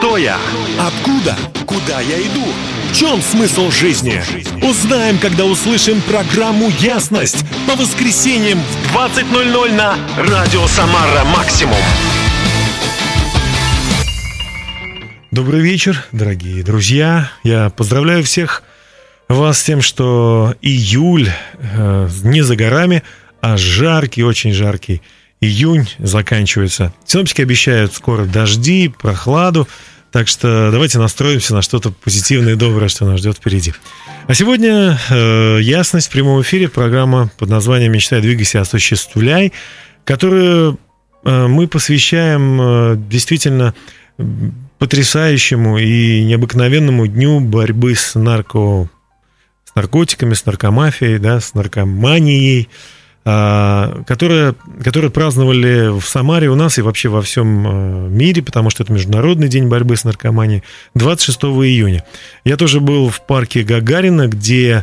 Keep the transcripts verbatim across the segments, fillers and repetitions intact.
Кто я? Откуда? Куда я иду? В чем смысл жизни? Узнаем, когда услышим программу «Ясность» по воскресеньям в двадцать ноль ноль на Радио Самара Максимум. Добрый вечер, дорогие друзья. Я поздравляю всех вас с тем, что июль э, не за горами, а жаркий, очень жаркий июнь заканчивается. Синоптики обещают скоро дожди, прохладу, так что давайте настроимся на что-то позитивное и доброе, что нас ждет впереди. А сегодня э, ясность в прямом эфире, программа под названием «Мечтай, двигайся, осуществляй», которую э, мы посвящаем э, действительно потрясающему и необыкновенному дню борьбы с нарко, с наркотиками, с наркомафией, да, с наркоманией, Которые, которые праздновали в Самаре у нас и вообще во всем мире, потому что это Международный день борьбы с наркоманией, двадцать шестого июня. Я тоже был в парке Гагарина, где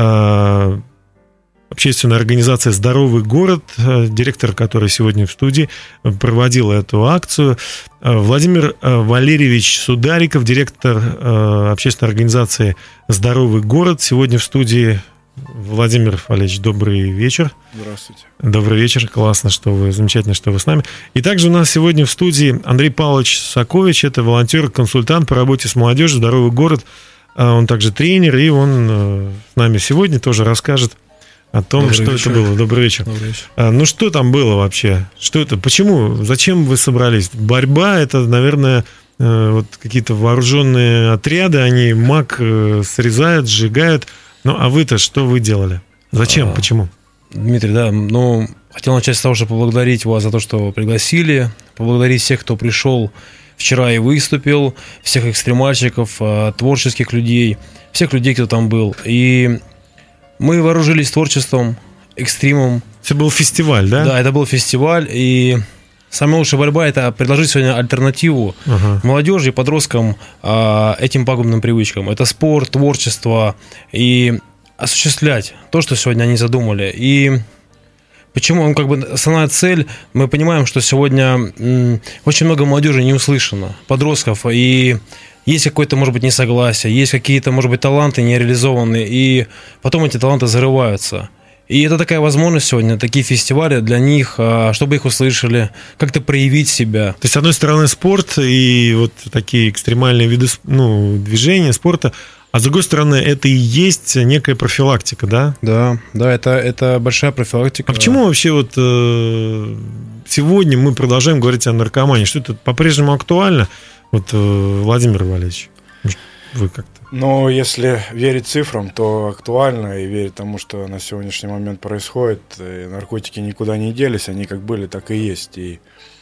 э, общественная организация «Здоровый город», директор которой сегодня в студии, проводил эту акцию. Владимир Валерьевич Судариков, директор э, общественной организации «Здоровый город», сегодня в студии. Владимир Валерьевич, добрый вечер. Здравствуйте. Добрый вечер, классно, что вы, замечательно, что вы с нами. И также у нас сегодня в студии Андрей Павлович Сакович, это волонтер, консультант по работе с молодежью, «Здоровый город». Он также тренер, и он с нами сегодня тоже расскажет о том, добрый что вечер. Это было. Добрый вечер. Добрый вечер. Ну, что там было вообще? Что это? Почему? Зачем вы собрались? Борьба, это, наверное, вот какие-то вооруженные отряды, они мак срезают, сжигают. Ну, а вы-то что вы делали? Зачем? А, Почему? Дмитрий, да, ну, хотел начать с того, что поблагодарить вас за то, что пригласили, поблагодарить всех, кто пришел вчера и выступил, всех экстремальщиков, творческих людей, всех людей, кто там был. И мы вооружились творчеством, экстримом. Это был фестиваль, да? Да, это был фестиваль, и самая лучшая борьба – это предложить сегодня альтернативу uh-huh. молодежи и подросткам а, этим пагубным привычкам. Это спорт, творчество и осуществлять то, что сегодня они задумали. И почему, ну, как бы основная цель, мы понимаем, что сегодня м, очень много молодежи не услышано, подростков, и есть какое-то, может быть, несогласие, есть какие-то, может быть, таланты нереализованные, и потом эти таланты зарываются. И это такая возможность сегодня, такие фестивали для них, чтобы их услышали, как-то проявить себя. То есть, с одной стороны, спорт и вот такие экстремальные виды, ну, движения, спорта, а с другой стороны, это и есть некая профилактика, да? Да, да, это, это большая профилактика. А почему вообще вот э, сегодня мы продолжаем говорить о наркомании? Что это по-прежнему актуально? Вот, э, Владимир Валерьевич, вы как-то... Но если верить цифрам, то актуально, и верить тому, что на сегодняшний момент происходит. Наркотики никуда не делись, они как были, так и есть. И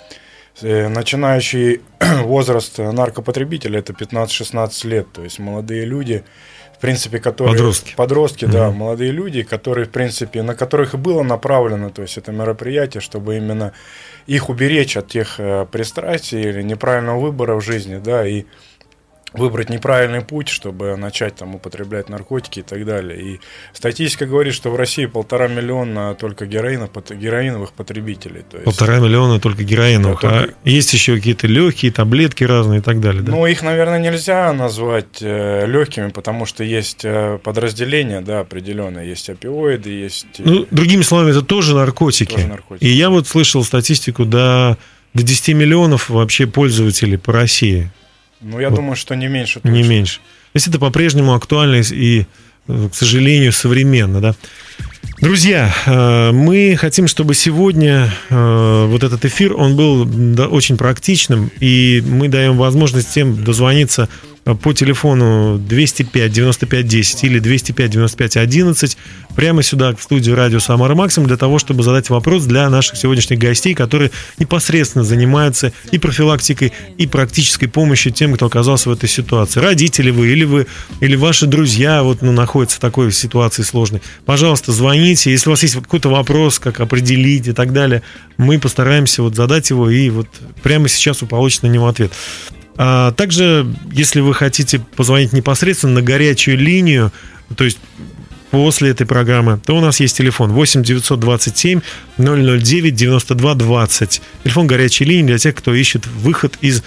начинающий возраст наркопотребителя – это пятнадцать-шестнадцать лет, то есть молодые люди, в принципе, которые… Подростки. Подростки, mm-hmm. да, молодые люди, которые, в принципе, на которых и было направлено, то есть это мероприятие, чтобы именно их уберечь от тех пристрастий или неправильного выбора в жизни, да, и выбрать неправильный путь, чтобы начать там употреблять наркотики и так далее. И статистика говорит, что в России полтора миллиона только героина, героиновых потребителей. То есть, полтора миллиона только героиновых. Да, только... А есть еще какие-то легкие, таблетки разные и так далее, да? Ну, их, наверное, нельзя назвать э, легкими, потому что есть э, подразделения, да, определенные. Есть опиоиды, есть… Ну, другими словами, это тоже наркотики. Тоже наркотики. И я вот слышал статистику до, до десяти миллионов вообще пользователей по России. Ну, я вот. думаю, что не меньше. Точно. Не меньше. То есть это по-прежнему актуально и, к сожалению, современно, да. Друзья, мы хотим, чтобы сегодня вот этот эфир, он был очень практичным, и мы даем возможность всем дозвониться по телефону двести пять девяносто пять десять или двести пять девяносто пять одиннадцать прямо сюда, в студию радио Самара Максимум, для того, чтобы задать вопрос для наших сегодняшних гостей, которые непосредственно занимаются и профилактикой, и практической помощью тем, кто оказался в этой ситуации. Родители вы или вы, или ваши друзья вот, ну, находятся в такой ситуации сложной. Пожалуйста, звоните. Если у вас есть какой-то вопрос, как определить и так далее, мы постараемся вот задать его, и вот прямо сейчас вы получите на него ответ. А также, если вы хотите позвонить непосредственно на горячую линию, то есть после этой программы, то у нас есть телефон восемь девятьсот двадцать семь ноль ноль девять девяносто два двадцать. Телефон горячей линии для тех, кто ищет выход из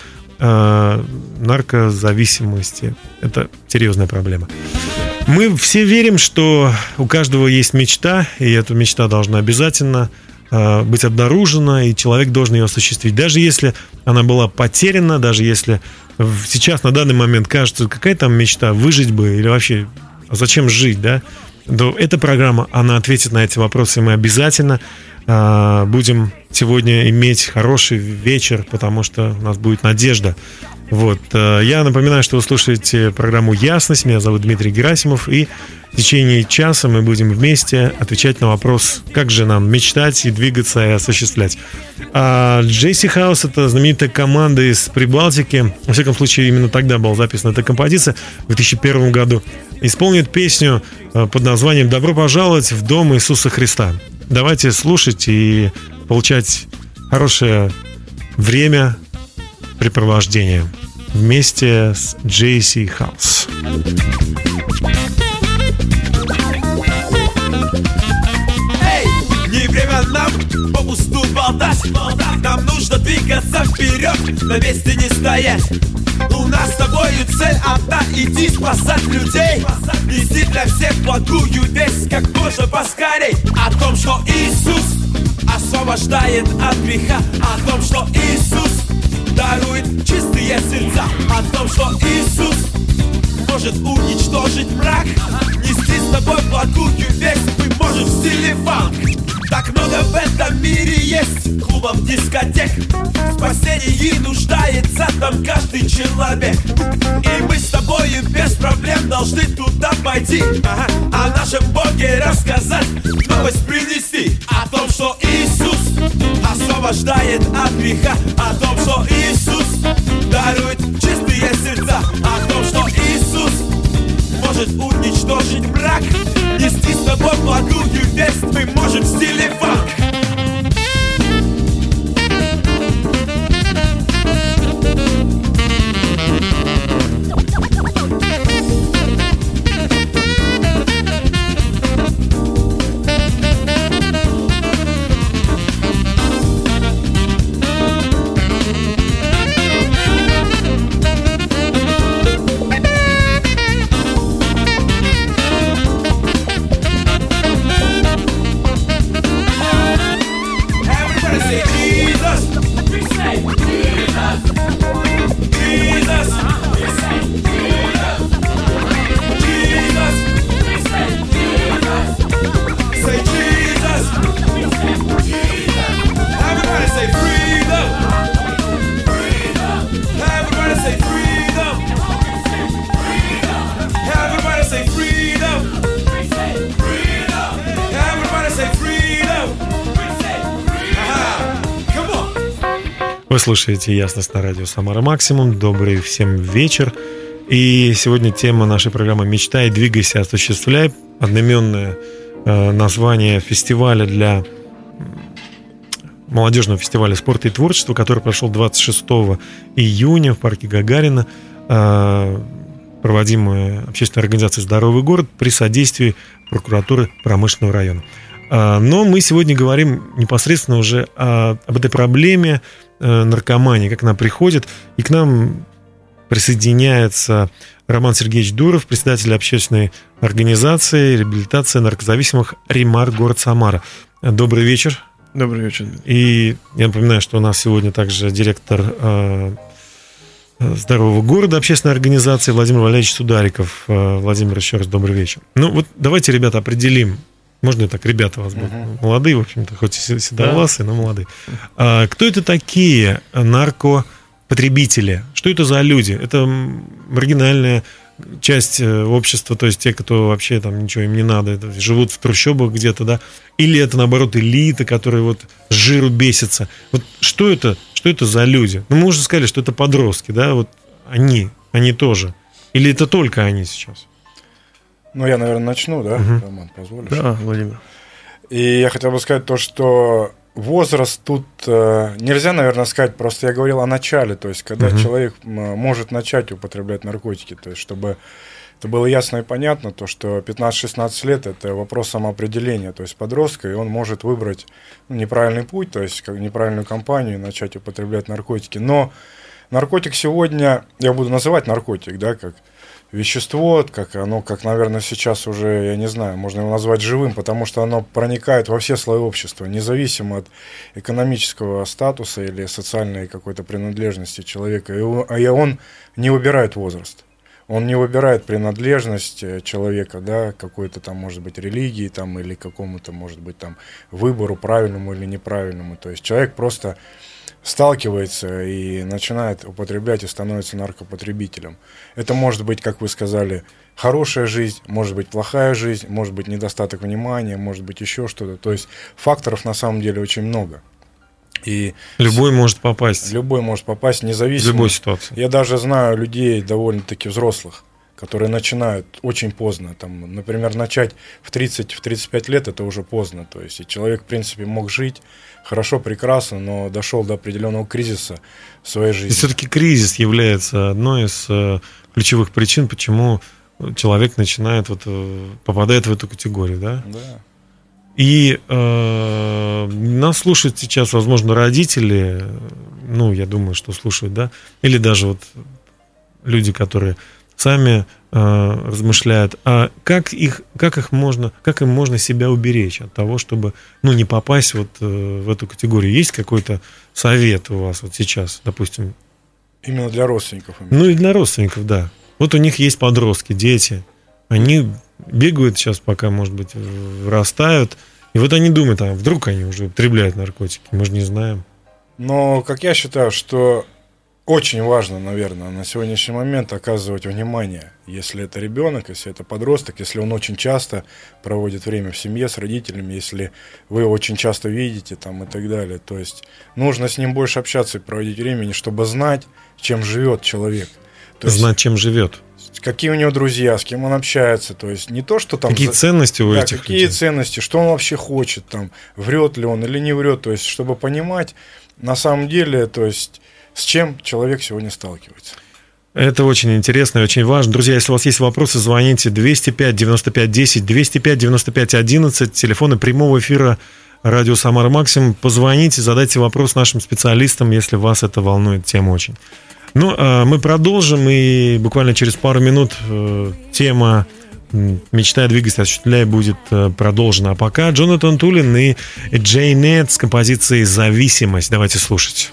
э, наркозависимости. Это серьезная проблема. Мы все верим, что у каждого есть мечта, и эта мечта должна обязательно э, быть обнаружена, и человек должен ее осуществить. Даже если она была потеряна, даже если сейчас на данный момент кажется, какая там мечта, выжить бы или вообще, а зачем жить, да? То эта программа, она ответит на эти вопросы, и мы обязательно э, будем сегодня иметь хороший вечер, потому что у нас будет надежда. Вот. Э, я напоминаю, что вы слушаете программу «Ясность». Меня зовут Дмитрий Герасимов, и в течение часа мы будем вместе отвечать на вопрос, как же нам мечтать и двигаться и осуществлять. А Джесси Хаус — это знаменитая команда из Прибалтики. Во всяком случае, именно тогда была записана эта композиция в две тысячи первом году. Исполнит песню под названием «Добро пожаловать в Дом Иисуса Христа». Давайте слушать и получать хорошее время препровождения вместе с Джесси Хаус. Не время нам попусту болтать, нам нужно двигаться вперед, на месте не стоять. У нас с тобою цель одна — иди спасать людей, неси для всех благую весть как можно поскорей. О том, что Иисус освобождает от греха, о том, что Иисус дарует чистые сердца, о том, что Иисус может уничтожить мрак. Нести с тобой благую весть мы можем в стиле фанк. Так много в этом мире есть клубов, дискотек. В спасении нуждается там каждый человек. И мы с тобой без проблем должны туда пойти, ага. О нашем Боге рассказать, новость принести. О том, что Иисус освобождает от греха, о том, что Иисус дарует чистые сердца, о том, что Иисус может уничтожить мрак. Нести с тобой благую весть мы можем в стиле фанк. Вы слушаете «Ясность» на радио «Самара Максимум». Добрый всем вечер. И сегодня тема нашей программы «Мечтай, двигайся, осуществляй». Одноименное э, название фестиваля для молодежного фестиваля спорта и творчества, который прошел двадцать шестого июня в парке Гагарина, э, проводимая общественной организацией «Здоровый город» при содействии прокуратуры промышленного района. Э, но мы сегодня говорим непосредственно уже о, об этой проблеме наркомании, как она приходит. И к нам присоединяется Роман Сергеевич Дуров, председатель общественной организации реабилитации наркозависимых «Ремарк», город Самара. Добрый вечер. Добрый вечер. И я напоминаю, что у нас сегодня также директор э, Здорового города общественной организации Владимир Валерьевич Судариков. Э, Владимир, еще раз добрый вечер. Ну вот давайте, ребята, определим. Можно и так, ребята у вас будут uh-huh. молодые, в общем-то, хоть и седовласые, да. но молодые. А, кто это такие наркопотребители? Что это за люди? Это маргинальная часть общества, то есть те, кто вообще там ничего им не надо, живут в трущобах где-то, да? Или это, наоборот, элита, которая вот с жиру бесится? Вот что это, что это за люди? Ну, мы уже сказали, что это подростки, да? Вот они, они тоже. Или это только они сейчас? Ну, я, наверное, начну, да, uh-huh. Роман, позволишь? Да, Владимир. И я хотел бы сказать то, что возраст тут э, нельзя, наверное, сказать, просто я говорил о начале, то есть когда uh-huh. человек может начать употреблять наркотики, то есть чтобы это было ясно и понятно, то что пятнадцать-шестнадцать лет – это вопрос самоопределения, то есть подростка, и он может выбрать неправильный путь, то есть как неправильную компанию и начать употреблять наркотики, но наркотик сегодня, я буду называть наркотик, да, как вещество, как оно, как, наверное, сейчас уже, я не знаю, можно его назвать живым, потому что оно проникает во все слои общества, независимо от экономического статуса или социальной какой-то принадлежности человека. И он не выбирает возраст. Он не выбирает принадлежность человека, да, какой-то там, может быть, религии там, или какому-то, может быть, там, выбору, правильному или неправильному. То есть человек просто сталкивается и начинает употреблять и становится наркопотребителем. Это может быть, как вы сказали, хорошая жизнь, может быть плохая жизнь, может быть недостаток внимания, может быть еще что-то. То есть факторов на самом деле очень много. И любой может попасть. Любой может попасть, независимо. В любой ситуации. Я даже знаю людей довольно-таки взрослых, которые начинают очень поздно. Там, например, начать в тридцать-тридцать пять лет – это уже поздно. То есть и человек, в принципе, мог жить хорошо, прекрасно, но дошел до определенного кризиса в своей жизни. И все-таки кризис является одной из э, ключевых причин, почему человек начинает, вот, э, попадает в эту категорию, да? Да. И э, нас слушают сейчас, возможно, родители, ну, я думаю, что слушают, да, или даже вот люди, которые сами э, размышляют, а как их, как их можно, как им можно себя уберечь от того, чтобы, ну, не попасть вот э, в эту категорию? Есть какой-то совет у вас вот сейчас, допустим? Именно для родственников? Ну, и для родственников, да. Вот у них есть подростки, дети, они бегают сейчас, пока, может быть, вырастают, и вот они думают, а вдруг они уже употребляют наркотики, мы же не знаем. Но, как я считаю, что очень важно, наверное, на сегодняшний момент оказывать внимание, если это ребенок, если это подросток, если он очень часто проводит время в семье с родителями, если вы его очень часто видите там, и так далее. То есть нужно с ним больше общаться и проводить времени, чтобы знать, чем живет человек. То есть, знать, чем живет. Какие у него друзья, с кем он общается. То есть не то, что там... Какие ценности у да, этих какие людей. ценности, что он вообще хочет, там, врет ли он или не врет. То есть чтобы понимать на самом деле, то есть с чем человек сегодня сталкивается. Это очень интересно и очень важно. Друзья, если у вас есть вопросы, звоните двести пять девяносто пять десять, двести пять девяносто пять одиннадцать, телефоны прямого эфира радио Самара Максимум. Позвоните, задайте вопрос нашим специалистам, если вас это волнует, тема очень. Ну, а мы продолжим, и буквально через пару минут э, тема «Мечтай, двигайся, осуществляй» будет э, продолжена. А пока Джонатан Тулин и Джей Нет с композицией «Зависимость». Давайте слушать.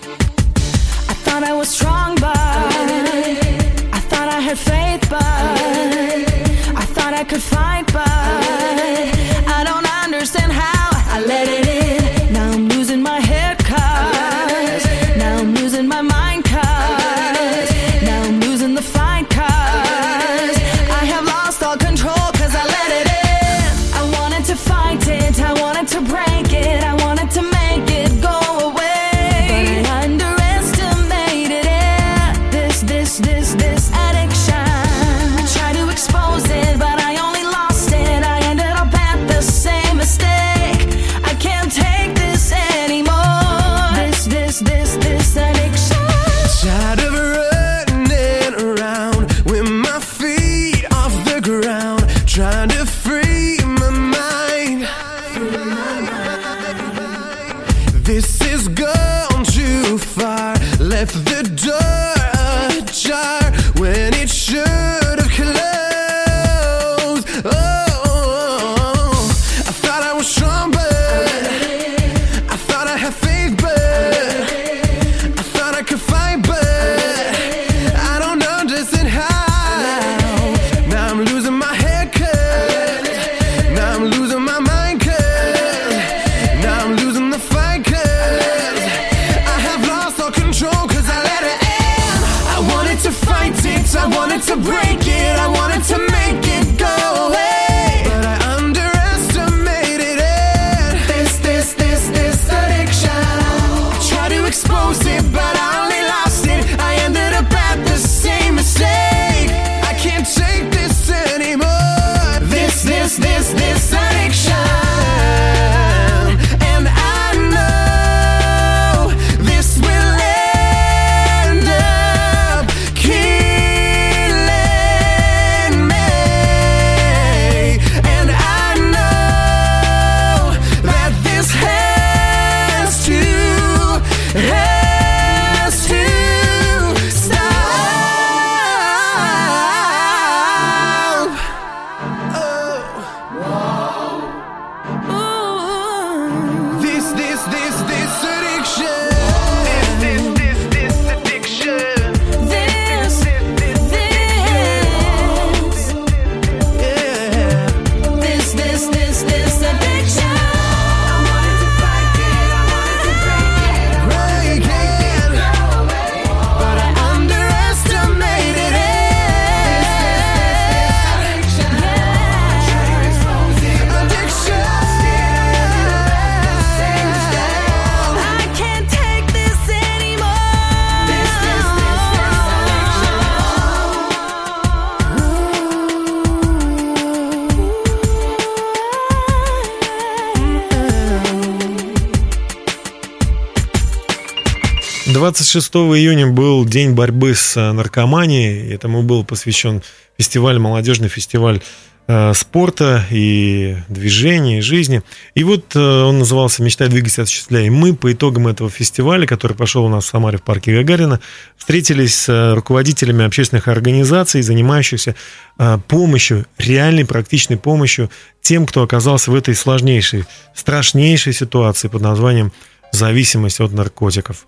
двадцать шестого июня был день борьбы с наркоманией. Этому был посвящен фестиваль, молодежный фестиваль э, спорта и движения, и жизни. И вот э, он назывался «Мечтай, двигайся, осуществляй». И мы по итогам этого фестиваля, который прошел у нас в Самаре в парке Гагарина, встретились с руководителями общественных организаций, занимающихся э, помощью, реальной практичной помощью тем, кто оказался в этой сложнейшей, страшнейшей ситуации под названием зависимость от наркотиков.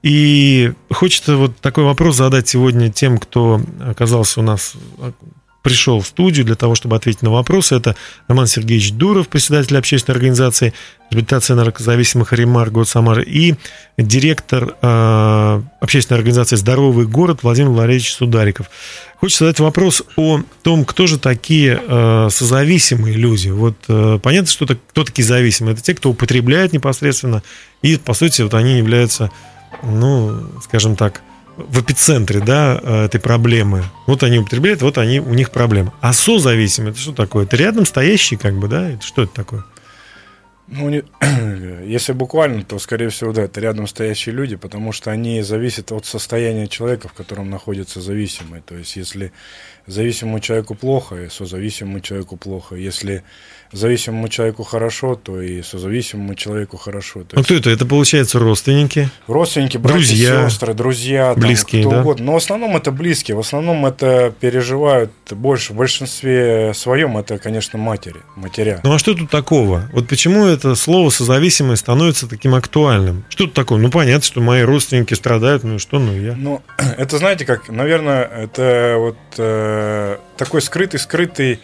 И хочется вот такой вопрос задать сегодня тем, кто оказался у нас, пришел в студию для того, чтобы ответить на вопросы. Это Роман Сергеевич Дуров, председатель общественной организации реабилитации наркозависимых «Ремар», город Самара, и директор э, общественной организации «Здоровый город» Владимир Валерьевич Судариков. Хочется задать вопрос о том, кто же такие э, созависимые люди. Вот э, понятно, что это, кто такие зависимые. Это те, кто употребляет непосредственно, и, по сути, вот они являются, ну, скажем так, в эпицентре, да, этой проблемы. Вот они употребляют, вот они, у них проблема. А созависимые, это что такое? Это рядом стоящие, как бы, да? Это что это такое? Ну, не, если буквально, то, скорее всего, да, это рядом стоящие люди, потому что они зависят от состояния человека, в котором находится зависимый. То есть, если зависимому человеку плохо, и созависимому человеку плохо. Если зависимому человеку хорошо, то и созависимому человеку хорошо. То а есть, кто это? Это, получается, родственники? Родственники, братья, друзья, сестры, друзья, близкие, там, кто да? угодно. Но в основном это близкие, в основном это переживают больше, в большинстве своем это, конечно, матери, матеря. Ну а что тут такого? Вот почему это слово «созависимое» становится таким актуальным? Что тут такое? Ну понятно, что мои родственники страдают, ну и что, ну я. Ну, это, знаете, как, наверное, это вот э, такой скрытый-скрытый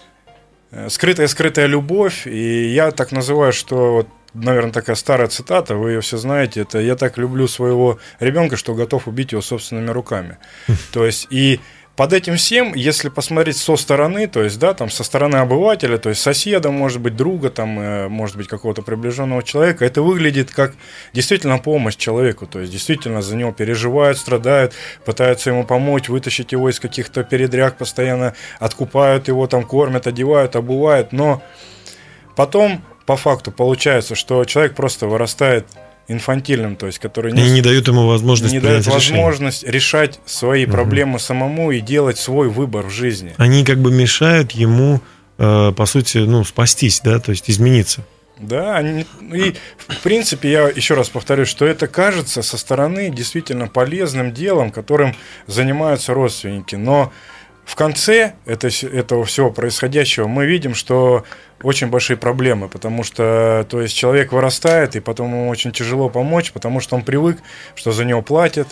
скрытая-скрытая любовь, и я так называю, что, вот, наверное, такая старая цитата, вы ее все знаете, это «я так люблю своего ребенка, что готов убить его собственными руками». То есть, и под этим всем, если посмотреть со стороны, то есть, да, там, со стороны обывателя, то есть соседа, может быть, друга, там, может быть, какого-то приближенного человека, это выглядит как действительно помощь человеку, то есть, действительно за него переживают, страдают, пытаются ему помочь, вытащить его из каких-то передряг, постоянно откупают его, там, кормят, одевают, обувают, но потом, по факту, получается, что человек просто вырастает инфантильным, то есть, который не, не дают ему возможность не дает возможность решать свои угу. проблемы самому и делать свой выбор в жизни. Они как бы мешают ему, э, по сути, ну, спастись, да, то есть измениться. Да, они, и в принципе, я еще раз повторю, что это кажется со стороны действительно полезным делом, которым занимаются родственники, но в конце это, этого всего происходящего мы видим, что очень большие проблемы, потому что, то есть, человек вырастает, и потом ему очень тяжело помочь, потому что он привык, что за него платят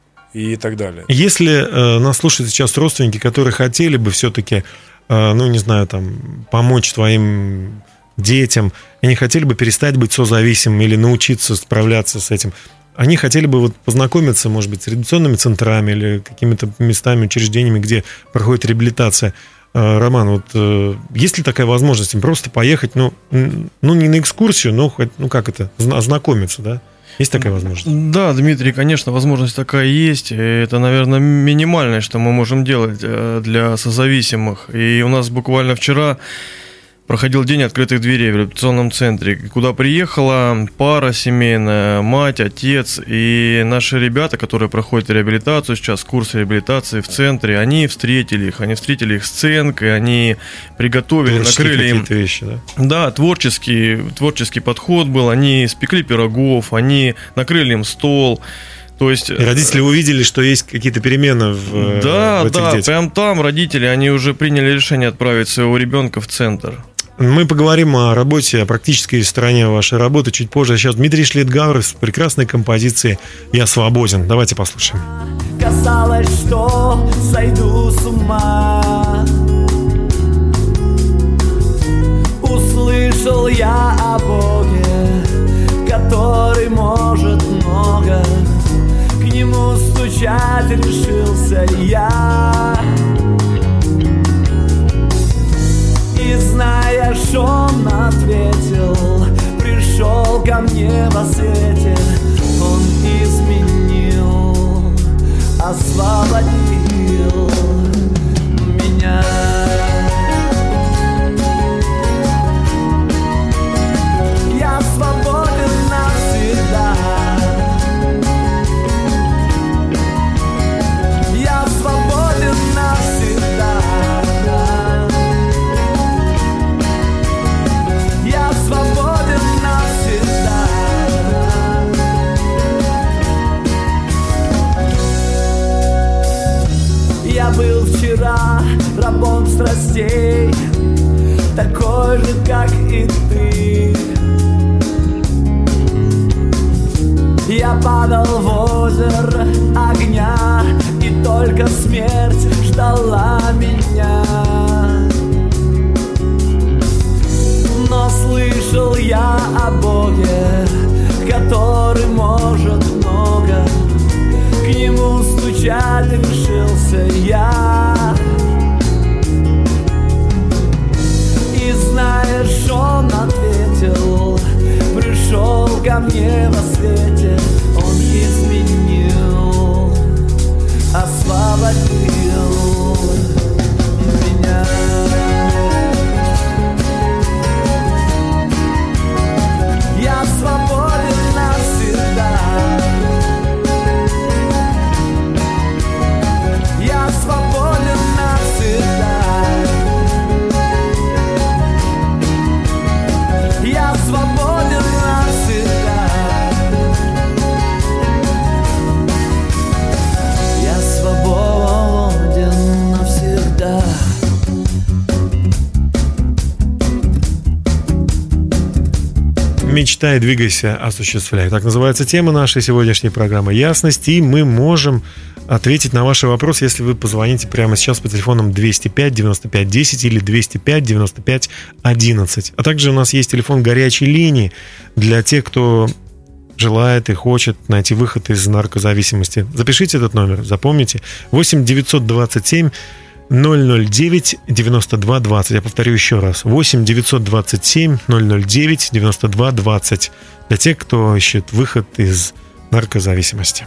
и так далее. Если э, нас слушают сейчас родственники, которые хотели бы все-таки, э, ну, не знаю, там, помочь твоим детям, они хотели бы перестать быть созависимыми или научиться справляться с этим, они хотели бы вот познакомиться, может быть, с реабилитационными центрами или какими-то местами, учреждениями, где проходит реабилитация. Роман, вот есть ли такая возможность им просто поехать, ну, ну не на экскурсию, но хоть, ну как это, ознакомиться, да? Есть такая возможность? Да, Дмитрий, конечно, возможность такая есть. Это, наверное, минимальное, что мы можем делать для созависимых. И у нас буквально вчера проходил день открытых дверей в реабилитационном центре, куда приехала пара семейная, мать, отец, и наши ребята, которые проходят реабилитацию сейчас, курс реабилитации в центре, они встретили их, они встретили их сценкой, они приготовили, накрыли им... вещи, да? Да, творческий, творческий подход был, они испекли пирогов, они накрыли им стол. То есть, и родители увидели, что есть какие-то перемены в, да, в этих да, детях. прям там родители, они уже приняли решение отправить своего ребенка в центр. Мы поговорим о работе, о практической стороне вашей работы чуть позже. А сейчас Дмитрий Шлитгауэр с прекрасной композицией «Я свободен». Давайте послушаем. Казалось, что сойду с ума. Услышал я о Боге, который может много. К нему стучать решился я. И зная, что он ответил, пришел ко мне во свете. Он изменил, освободил меня. Я свободен навсегда. Я был вчера рабом страстей, такой же, как и ты. Я падал в озеро огня, и только смерть ждала меня. Но слышал я о Боге, который может много. К нему стучать решился я. И знаешь, он ответил, пришел ко мне во свете. Он изменил, освободил меня. Я свободен навсегда. Я свободен навсегда. Я свободен навсегда. Я свободен навсегда. Мечтай, двигайся, осуществляй. Так называется тема нашей сегодняшней программы «Ясность». И мы можем ответить на ваши вопросы, если вы позвоните прямо сейчас по телефонам двести пять девяносто пять десять или двести пять девяносто пять одиннадцать. А также у нас есть телефон горячей линии для тех, кто желает и хочет найти выход из наркозависимости. Запишите этот номер, запомните. восемь девятьсот двадцать семь ноль ноль девять девяносто два двадцать. Я повторю еще раз. восемь девятьсот двадцать семь ноль ноль девять девяносто два двадцать. Для тех, кто ищет выход из наркозависимости.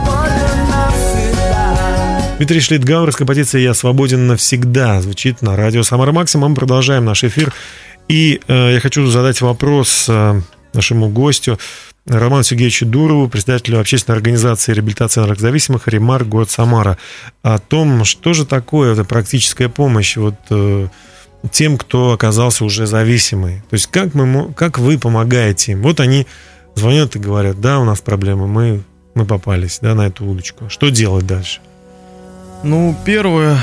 Дмитрий Шлитгауэр с композицией «Я свободен навсегда» звучит на радио «Самара Максимум». Мы продолжаем наш эфир. И э, я хочу задать вопрос э, нашему гостю Роману Сергеевичу Дурову, председателю общественной организации реабилитации наркозависимых «Ремарк», город Самара, о том, что же такое эта практическая помощь вот, э, тем, кто оказался уже зависимый. То есть как, мы, как вы помогаете им? Вот они звонят и говорят: да, у нас проблемы, мы, мы попались, да, на эту удочку. Что делать дальше? Ну, первое,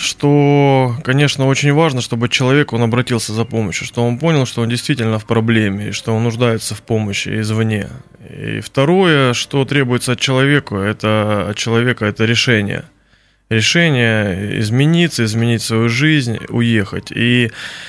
что, конечно, очень важно, чтобы человек, он обратился за помощью, что он понял, что он действительно в проблеме, и что он нуждается в помощи извне. И второе, что требуется от человека, это, от человека, это решение. Решение измениться, изменить свою жизнь, уехать. И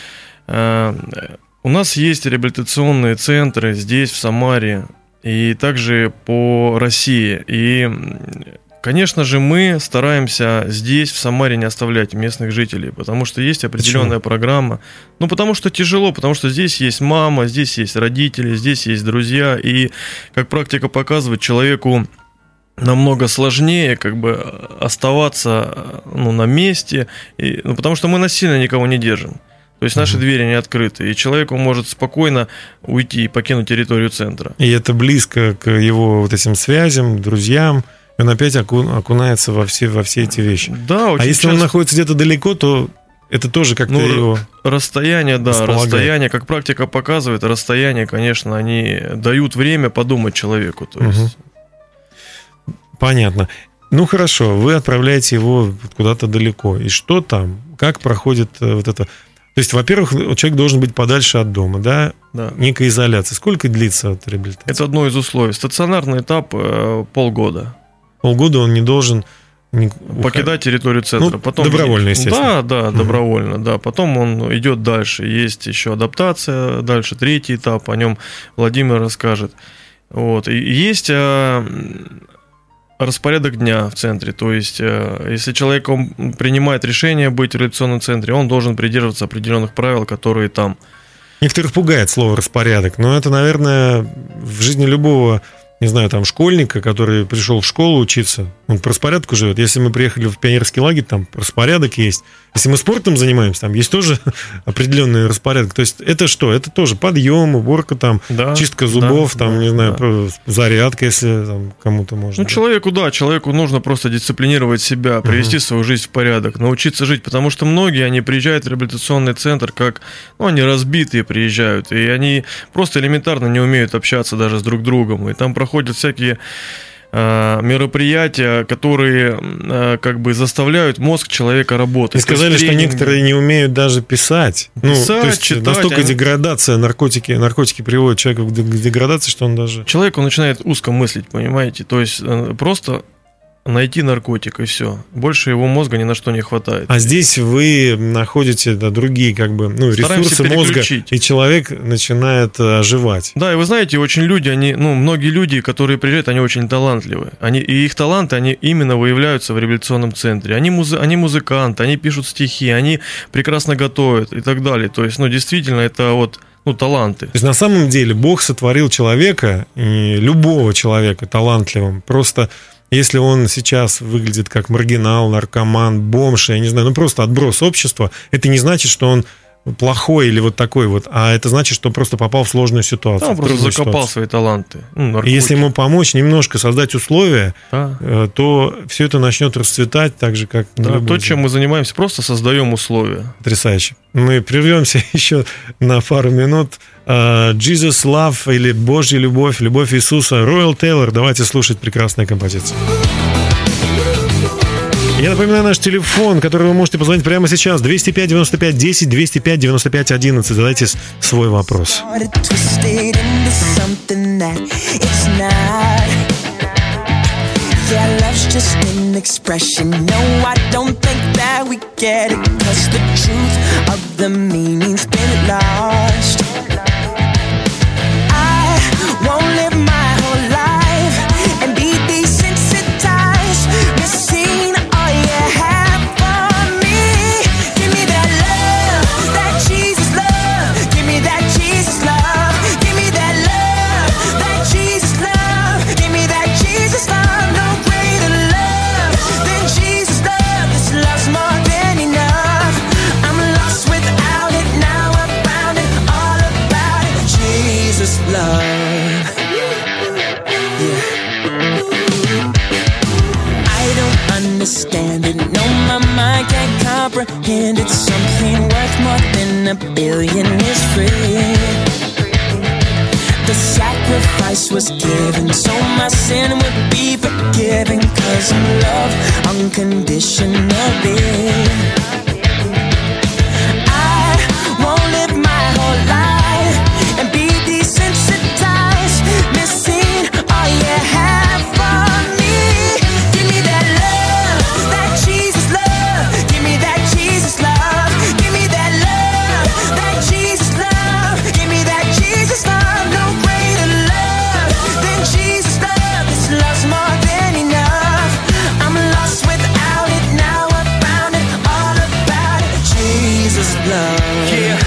э, у нас есть реабилитационные центры здесь, в Самаре, и также по России. И конечно же, мы стараемся здесь, в Самаре, не оставлять местных жителей, потому что есть определенная Почему? программа. Ну, потому что тяжело, потому что здесь есть мама, здесь есть родители, здесь есть друзья, и, как практика показывает, человеку намного сложнее как бы оставаться ну, на месте, и, ну, потому что мы насильно никого не держим. То есть наши uh-huh. двери не открыты, и человек может спокойно уйти и покинуть территорию центра. И это близко к его вот этим связям, друзьям. Он опять окунается во все, во все эти вещи. Да, очень а если часто... он находится где-то далеко, то это тоже как-то ну, его расстояние, да, расстояние, как практика показывает, расстояние, конечно, они дают время подумать человеку. То есть... угу. Понятно. Ну хорошо, вы отправляете его куда-то далеко. И что там? Как проходит вот это? То есть, во-первых, человек должен быть подальше от дома, да? Да. Некая изоляция. Сколько длится эта реабилитация? Это одно из условий. Стационарный этап э, полгода. Полгода он не должен покидать территорию центра. Ну, потом добровольно, естественно. Да, да, угу. добровольно, да. Потом он идет дальше. Есть еще адаптация, дальше третий этап, о нем Владимир расскажет. Вот. И есть а, распорядок дня в центре. То есть, а, если человек он принимает решение быть в реабилитационном центре, он должен придерживаться определенных правил, которые там. Некоторых пугает слово «распорядок», но это, наверное, в жизни любого, не знаю, там, школьника, который пришел в школу учиться, он по распорядку живет. Если мы приехали в пионерский лагерь, там распорядок есть. Если мы спортом занимаемся, там есть тоже определенный распорядок. То есть это что? Это тоже подъем, уборка, там, да, чистка зубов, да, там, да, не знаю, да. зарядка, если там, кому-то можно. Ну, человеку, да, человеку нужно просто дисциплинировать себя, привести uh-huh. свою жизнь в порядок, научиться жить, потому что многие, они приезжают в реабилитационный центр, как, ну, они разбитые приезжают, и они просто элементарно не умеют общаться даже с друг другом, и там проходят всякие мероприятия, которые как бы заставляют мозг человека работать. И сказали, что некоторые не умеют даже писать. Писать, ну, то есть читать. Настолько Они... деградация, наркотики, наркотики приводят человека к деградации, что он даже... Человек, он начинает узко мыслить, понимаете? То есть просто... найти наркотик, и все. Больше его мозга ни на что не хватает. А здесь вы находите да, другие как бы, ну, ресурсы мозга, и человек начинает оживать. Да, и вы знаете, очень люди, они, ну, многие люди, которые приезжают, они очень талантливые. Они, и их таланты, они именно выявляются в реабилитационном центре. Они, музы, они музыканты, они пишут стихи, они прекрасно готовят и так далее. То есть, ну, действительно, это вот... Ну, таланты. То есть, на самом деле, Бог сотворил человека, и любого человека талантливым. Просто если он сейчас выглядит как маргинал, наркоман, бомж, я не знаю, ну, просто отброс общества, это не значит, что он плохой или вот такой вот, а это значит, что просто попал в сложную ситуацию. Да, он просто закопал ситуацию. Свои таланты. Ну, и если ему помочь, немножко создать условия, да. то все это начнет расцветать так же, как... Да, то, чем мы занимаемся, просто создаем условия. Потрясающе. Мы прервемся еще на пару минут. Jesus Love или Божья любовь, любовь Иисуса, Royal Taylor. Давайте слушать прекрасные композиции. Я напоминаю наш телефон, который вы можете позвонить прямо сейчас. двести пять девяносто пять десять, двести пять девяносто пять одиннадцать. Задайте свой вопрос. Yeah, love's just an expression. No, I don't think that we get it, 'cause the truth of the meaning's been lost. I won't live my whole life and be desensitized, missing all you have for me. Give me that love, that Jesus love. Give me that Jesus love. Give me that love, that Jesus love. Give me that Jesus love. Love, yeah. I don't understand it, no, my mind can't comprehend it. Something worth more than a billion is free. The sacrifice was given so my sin would be forgiven, 'cause I'm loved unconditionally. I won't live my whole life and be desensitized, missing all you have for me. Give me that love, that Jesus love. Give me that Jesus love. Give me that love, that Jesus love. Give me that Jesus love. No greater love than Jesus love. This love's more than enough. I'm lost without it, now I found it, all about it. Jesus love. Yeah.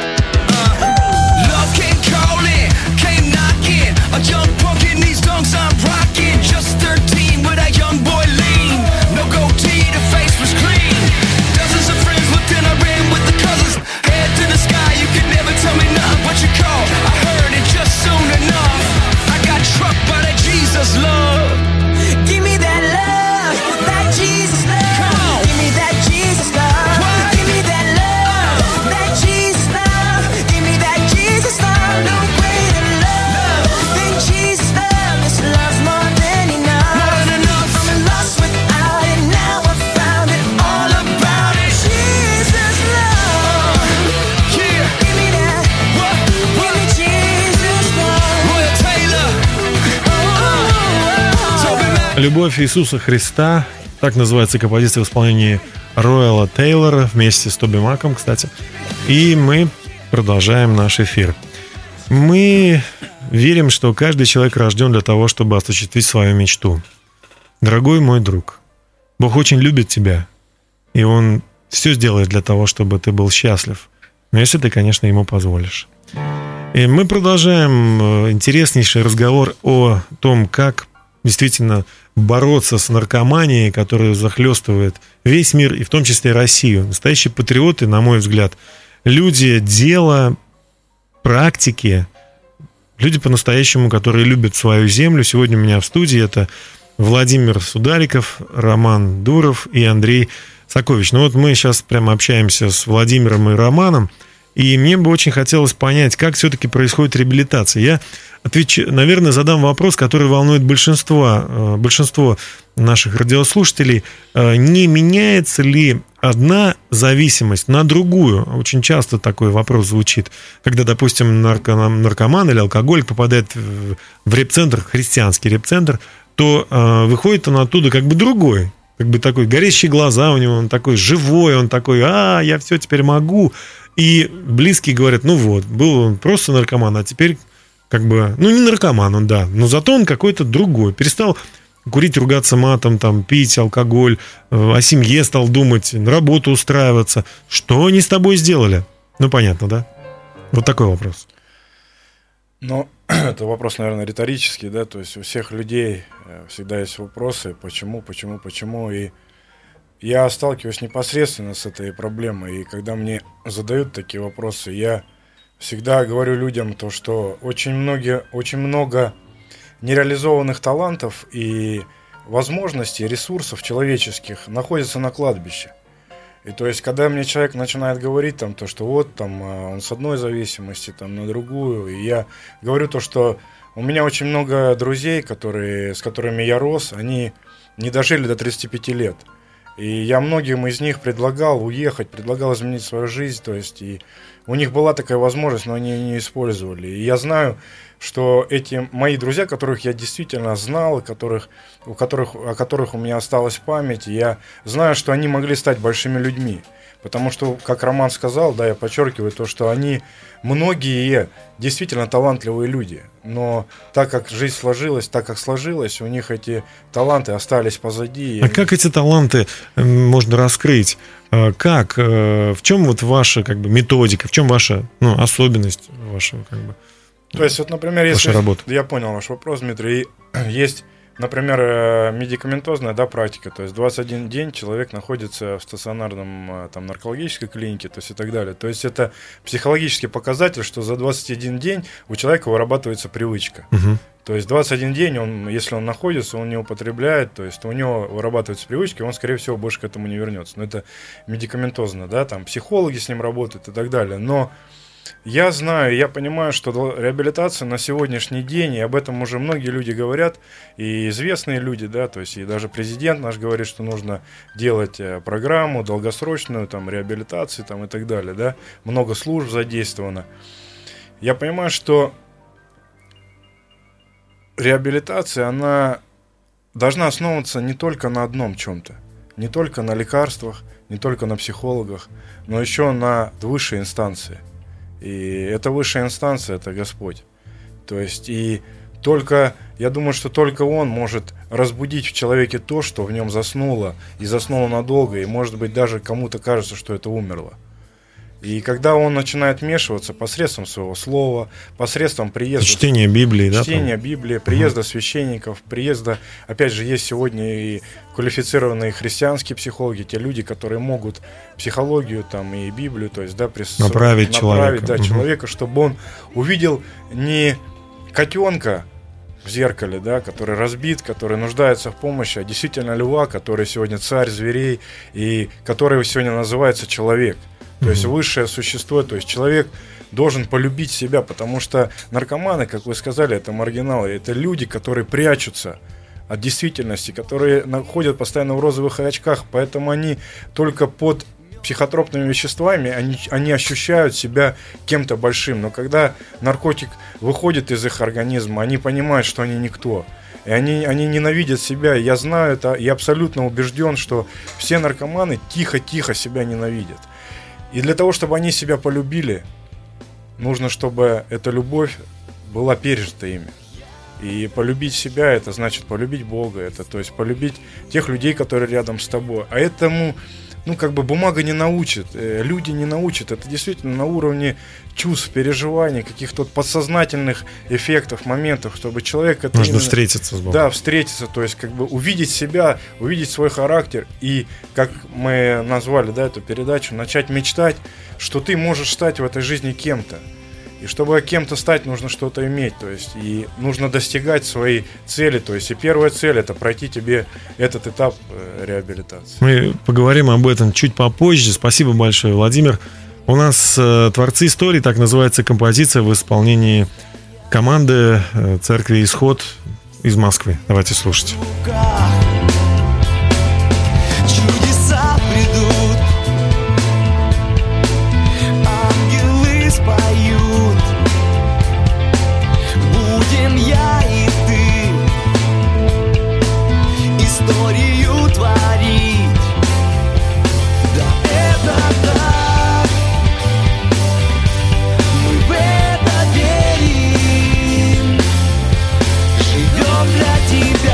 A young punk in these dunks I'm rocking. Just thirteen with a young boy lean. No goatee, the face was clean. Dozens of friends looked and I ran with the cousins. Head to the sky, you can never tell me nothing what you call. I heard it just soon enough. I got trucked by that Jesus love. Give me that love, that Jesus love. Come on. Give me that Jesus love. What? Give me that love, that Jesus love. Give me that Jesus love. No greater love than Jesus love. This love's more than enough. More than enough. I'm lost without it, now I found it, all about it. Jesus love. Yeah. Give me that. What? Give What? me Jesus love. Royal Taylor. Oh, oh, Toby Mac. «Любовь Иисуса Христа». Так называется композиция в исполнении Роэла Тейлора вместе с Тоби Маком, кстати. И мы продолжаем наш эфир. Мы верим, что каждый человек рожден для того, чтобы осуществить свою мечту. Дорогой мой друг, Бог очень любит тебя, и Он все сделает для того, чтобы ты был счастлив. Но если ты, конечно, Ему позволишь. И мы продолжаем интереснейший разговор о том, как действительно бороться с наркоманией, которая захлестывает весь мир, и в том числе Россию. Настоящие патриоты, на мой взгляд, люди дела, практики, люди по-настоящему, которые любят свою землю. Сегодня у меня в студии это Владимир Судариков, Роман Дуров и Андрей Сакович. Ну вот мы сейчас прямо общаемся с Владимиром и Романом, и мне бы очень хотелось понять, как все-таки происходит реабилитация. Я отвеч... наверное, задам вопрос, который волнует большинство, большинство наших радиослушателей. Не меняется ли одна зависимость на другую? Очень часто такой вопрос звучит. Когда, допустим, наркоман, наркоман или алкоголик попадает в репцентр, христианский репцентр, то выходит он оттуда как бы другой. Как бы такой горящие глаза у него, он такой живой, он такой, а, я все теперь могу. И близкие говорят, ну вот, был он просто наркоман, а теперь как бы, ну не наркоман он, да, но зато он какой-то другой. Перестал курить, ругаться матом, там, пить алкоголь, о семье стал думать, на работу устраиваться. Что они с тобой сделали? Ну, понятно, да? Вот такой вопрос. Ну, это вопрос, наверное, риторический, да, то есть у всех людей всегда есть вопросы, почему, почему, почему, и я сталкиваюсь непосредственно с этой проблемой, и когда мне задают такие вопросы, я всегда говорю людям то, что очень многие, очень много нереализованных талантов и возможностей, ресурсов человеческих находятся на кладбище. И то есть, когда мне человек начинает говорить там, то, что вот там он с одной зависимости там, на другую, и я говорю то, что у меня очень много друзей, которые, с которыми я рос, они не дожили до тридцати пяти лет. И я многим из них предлагал уехать, предлагал изменить свою жизнь, то есть, и у них была такая возможность, но они ее не использовали. И я знаю, что эти мои друзья, которых я действительно знал, которых, у которых, о которых у меня осталась память, я знаю, что они могли стать большими людьми. Потому что, как Роман сказал, да, я подчеркиваю то, что они, многие действительно талантливые люди. Но так как жизнь сложилась, так как сложилась, у них эти таланты остались позади. А они... как эти таланты можно раскрыть? Как? В чем вот ваша как бы методика? В чем ваша, ну, особенность вашего как бы? То есть, вот, например, если... Я понял ваш вопрос, Дмитрий. Есть, например, медикаментозная, да, практика. То есть двадцать один день человек находится в стационарном там, наркологической клинике, то есть и так далее. То есть это психологический показатель, что за двадцать один день у человека вырабатывается привычка. Угу. То есть двадцать один день, он, если он находится, он не употребляет, то есть у него вырабатываются привычки, он, скорее всего, больше к этому не вернется. Но это медикаментозно, да, там психологи с ним работают и так далее. Но я знаю, я понимаю, что реабилитация на сегодняшний день, и об этом уже многие люди говорят, и известные люди, да, то есть и даже президент наш говорит, что нужно делать программу долгосрочную, там, реабилитации, там, и так далее, да, много служб задействовано. Я понимаю, что реабилитация, она должна основываться не только на одном чем-то, не только на лекарствах, не только на психологах, но еще на высшей инстанции. И эта высшая инстанция – это Господь. То есть, и только, я думаю, что только Он может разбудить в человеке то, что в нем заснуло, и заснуло надолго, и, может быть, даже кому-то кажется, что это умерло. И когда он начинает вмешиваться посредством своего слова, посредством приезда... Чтения Библии, да? Чтения Библии, приезда uh-huh. священников, приезда... Опять же, есть сегодня и квалифицированные христианские психологи, те люди, которые могут психологию там, и Библию, то есть, да, прис... направить, направить человека. Да, uh-huh. человека, чтобы он увидел не котенка в зеркале, да, который разбит, который нуждается в помощи, а действительно льва, который сегодня царь зверей, и который сегодня называется человек. То есть высшее существо, то есть человек должен полюбить себя, потому что наркоманы, как вы сказали, это маргиналы, это люди, которые прячутся от действительности, которые находят постоянно в розовых очках, поэтому они только под психотропными веществами, они, они ощущают себя кем-то большим, но когда наркотик выходит из их организма, они понимают, что они никто. И они, они ненавидят себя. Я знаю это, я абсолютно убежден, что все наркоманы тихо-тихо себя ненавидят. И для того, чтобы они себя полюбили, нужно, чтобы эта любовь была пережита ими. И полюбить себя, это значит полюбить Бога, это то есть полюбить тех людей, которые рядом с тобой. А этому, ну, как бы бумага не научит, люди не научат. Это действительно на уровне чувств, переживаний, каких-то подсознательных эффектов, моментов, чтобы человек... Это нужно именно, встретиться с Богом. Да, встретиться, то есть как бы увидеть себя, увидеть свой характер и, как мы назвали, да, эту передачу, начать мечтать, что ты можешь стать в этой жизни кем-то. И чтобы кем-то стать, нужно что-то иметь, то есть и нужно достигать своей цели, то есть и первая цель – это пройти тебе этот этап э, реабилитации. Мы поговорим об этом чуть попозже. Спасибо большое, Владимир. У нас э, «Творцы истории», так называется композиция в исполнении команды церкви «Исход» из Москвы. Давайте слушать. Чудеса придут, ангелы споют, будем я и ты историю творить. Да это так, мы в это верим, живем для тебя.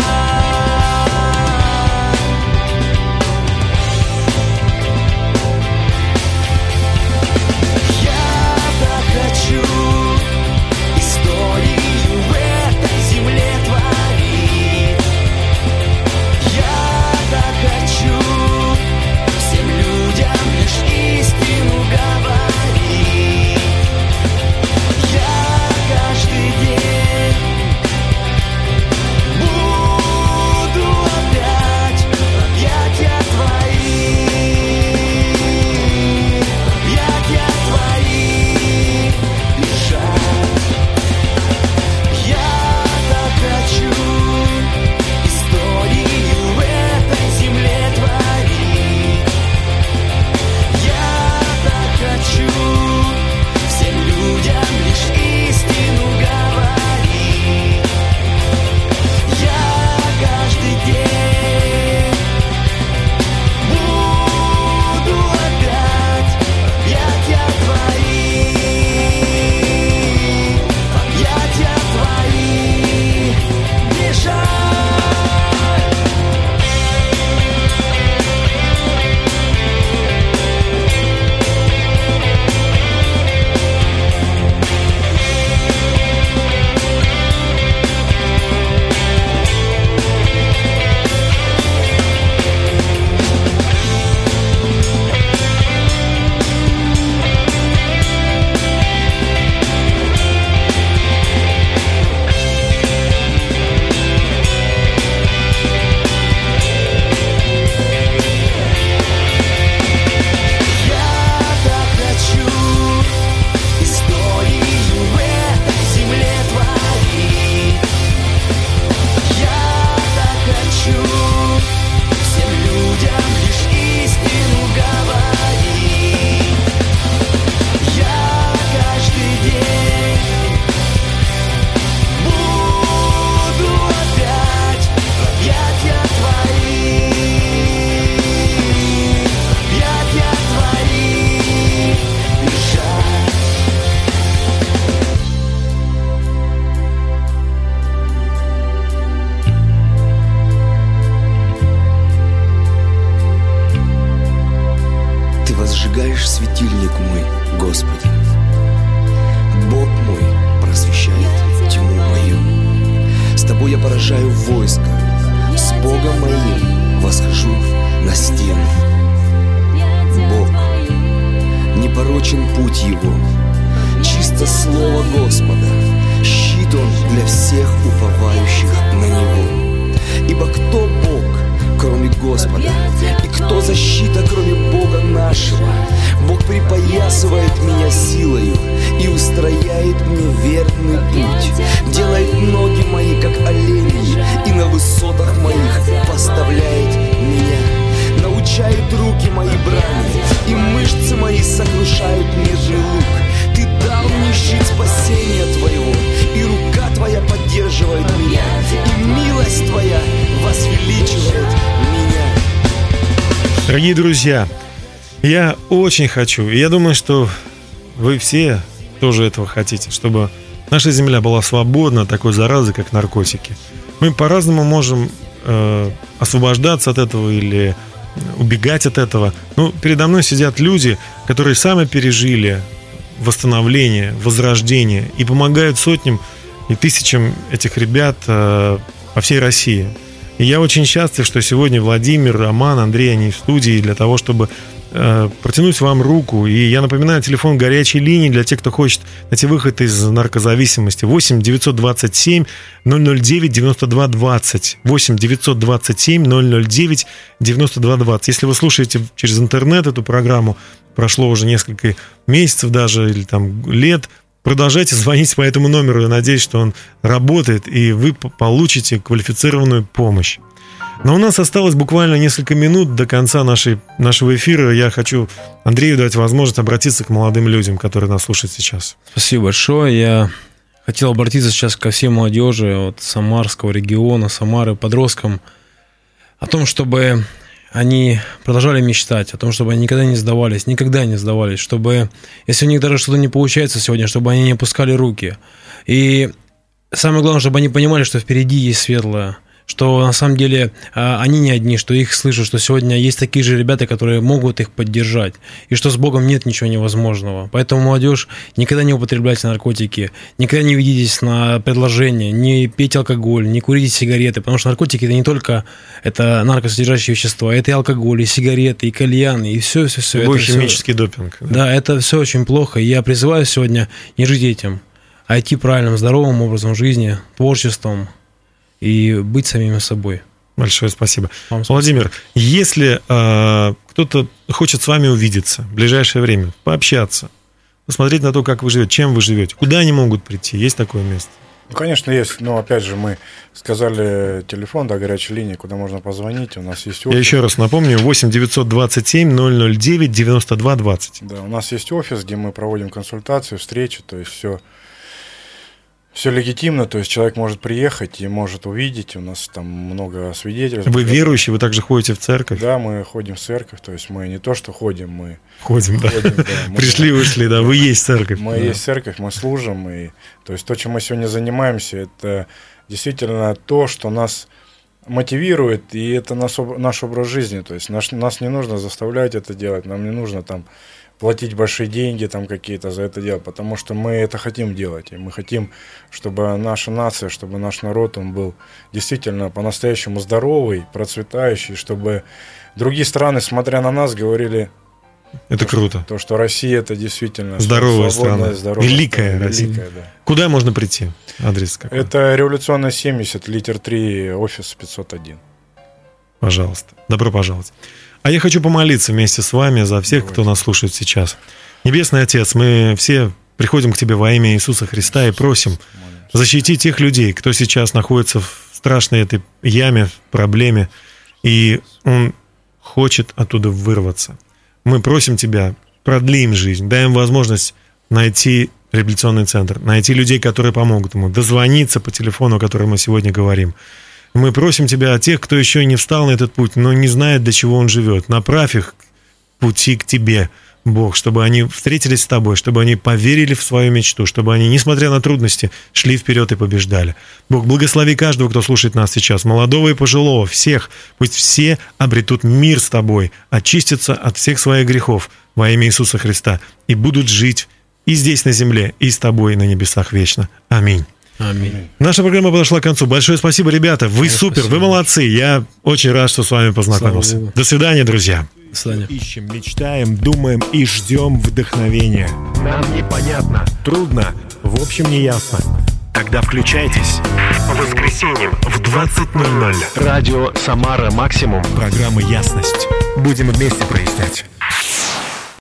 Возжигаешь светильник мой, Господи. Бог мой просвещает тьму мою. С Тобой я поражаю войско, с Богом моим восхожу на стену. Бог, непорочен путь Его, чисто слово Господа, щит Он для всех уповающих на Него. Ибо кто Бог, кроме Господа? И кто защита, кроме Бога нашего? Бог припоясывает меня силою и устрояет мне верный путь, делает ноги мои, как оленьи, и на высотах моих поставляет меня. Научает руки мои брани, и мышцы мои сокрушают медный лук. Ты дал мне щит спасения Твоего, и рука Твоя поддерживает меня, и милость Твоя возвеличивает меня. Дорогие друзья, я очень хочу, и я думаю, что вы все тоже этого хотите, чтобы наша земля была свободна от такой заразы, как наркотики. Мы по-разному можем э, освобождаться от этого или убегать от этого. Но передо мной сидят люди, которые сами пережили восстановление, возрождение и помогают сотням и тысячам этих ребят э, по всей России. И я очень счастлив, что сегодня Владимир, Роман, Андрей, они в студии для того, чтобы э, протянуть вам руку. И я напоминаю, телефон горячей линии для тех, кто хочет найти выход из наркозависимости. восемь девятьсот двадцать семь ноль ноль девять девяносто два двадцать. восемь девятьсот двадцать семь ноль ноль девять девяносто два двадцать. Если вы слушаете через интернет эту программу, прошло уже несколько месяцев даже, или там лет, продолжайте звонить по этому номеру. Я надеюсь, что он работает, и вы получите квалифицированную помощь. Но у нас осталось буквально несколько минут до конца нашей, нашего эфира. Я хочу Андрею дать возможность обратиться к молодым людям, которые нас слушают сейчас. Спасибо большое. Я хотел обратиться сейчас ко всей молодежи от Самарского региона, Самары, подросткам, о том, чтобы они продолжали мечтать, о том, чтобы они никогда не сдавались, никогда не сдавались, чтобы, если у них даже что-то не получается сегодня, чтобы они не опускали руки. И самое главное, чтобы они понимали, что впереди есть светлое, что на самом деле они не одни, что их слышат, что сегодня есть такие же ребята, которые могут их поддержать, и что с Богом нет ничего невозможного. Поэтому, молодежь, никогда не употребляйте наркотики, никогда не ведитесь на предложения, не пейте алкоголь, не курите сигареты, потому что наркотики – это не только это наркосодержащие вещества, это и алкоголь, и сигареты, и кальяны, и все, все, все. Любой химический допинг. Да? да, это все очень плохо, и я призываю сегодня не жить этим, а идти правильным, здоровым образом жизни, творчеством, и быть самими собой. Большое спасибо. Вам спасибо. Владимир, если э, кто-то хочет с вами увидеться в ближайшее время, пообщаться, посмотреть на то, как вы живете, чем вы живете, куда они могут прийти, есть такое место? Ну, конечно, есть. Но, опять же, мы сказали телефон, да, горячая линия, куда можно позвонить. У нас есть офис. Я еще раз напомню, восемь девятьсот двадцать семь ноль ноль девять девяносто два двадцать. Да, у нас есть офис, где мы проводим консультации, встречи, то есть все... Все легитимно, то есть человек может приехать и может увидеть, у нас там много свидетельств. Вы верующие, вы также ходите в церковь? Да, мы ходим в церковь, то есть мы не то, что ходим, мы... Ходим, да. Ходим, да мы, Пришли, ушли, да, вы есть церковь. Мы да. есть церковь, мы служим, и то есть то, чем мы сегодня занимаемся, это действительно то, что нас мотивирует, и это наш, наш образ жизни, то есть наш, нас не нужно заставлять это делать, нам не нужно там... платить большие деньги там какие-то за это дело, потому что мы это хотим делать, и мы хотим, чтобы наша нация, чтобы наш народ, он был действительно по-настоящему здоровый, процветающий, чтобы другие страны, смотря на нас, говорили... Это то, круто. Что, то, что Россия это действительно здоровая страна, здоровая великая страна, Россия. Великая, да. Куда можно прийти? Адрес какой? Это Революционная семьдесят, литер три, офис пятьсот один. Пожалуйста, добро пожаловать. А я хочу помолиться вместе с вами за всех, Давайте. Кто нас слушает сейчас. Небесный Отец, мы все приходим к Тебе во имя Иисуса Христа и просим защити тех людей, кто сейчас находится в страшной этой яме, проблеме, и он хочет оттуда вырваться. Мы просим Тебя, продли им жизнь, дай им возможность найти реабилитационный центр, найти людей, которые помогут ему, дозвониться по телефону, о котором мы сегодня говорим. Мы просим Тебя о тех, кто еще не встал на этот путь, но не знает, для чего он живет. Направь их к пути к Тебе, Бог, чтобы они встретились с Тобой, чтобы они поверили в свою мечту, чтобы они, несмотря на трудности, шли вперед и побеждали. Бог, благослови каждого, кто слушает нас сейчас, молодого и пожилого, всех. Пусть все обретут мир с Тобой, очистятся от всех своих грехов во имя Иисуса Христа и будут жить и здесь на земле, и с Тобой на небесах вечно. Аминь. Аминь. Наша программа подошла к концу. Большое спасибо, ребята. Вы Спасибо. Супер, вы молодцы. Я очень рад, что с вами познакомился. До свидания, друзья. До свидания. Ищем, мечтаем, думаем и ждем вдохновения. Нам непонятно, трудно, в общем, не ясно. Тогда включайтесь. По воскресеньям в двадцать ноль ноль. Радио «Самара Максимум». Программа «Ясность». Будем вместе прояснять.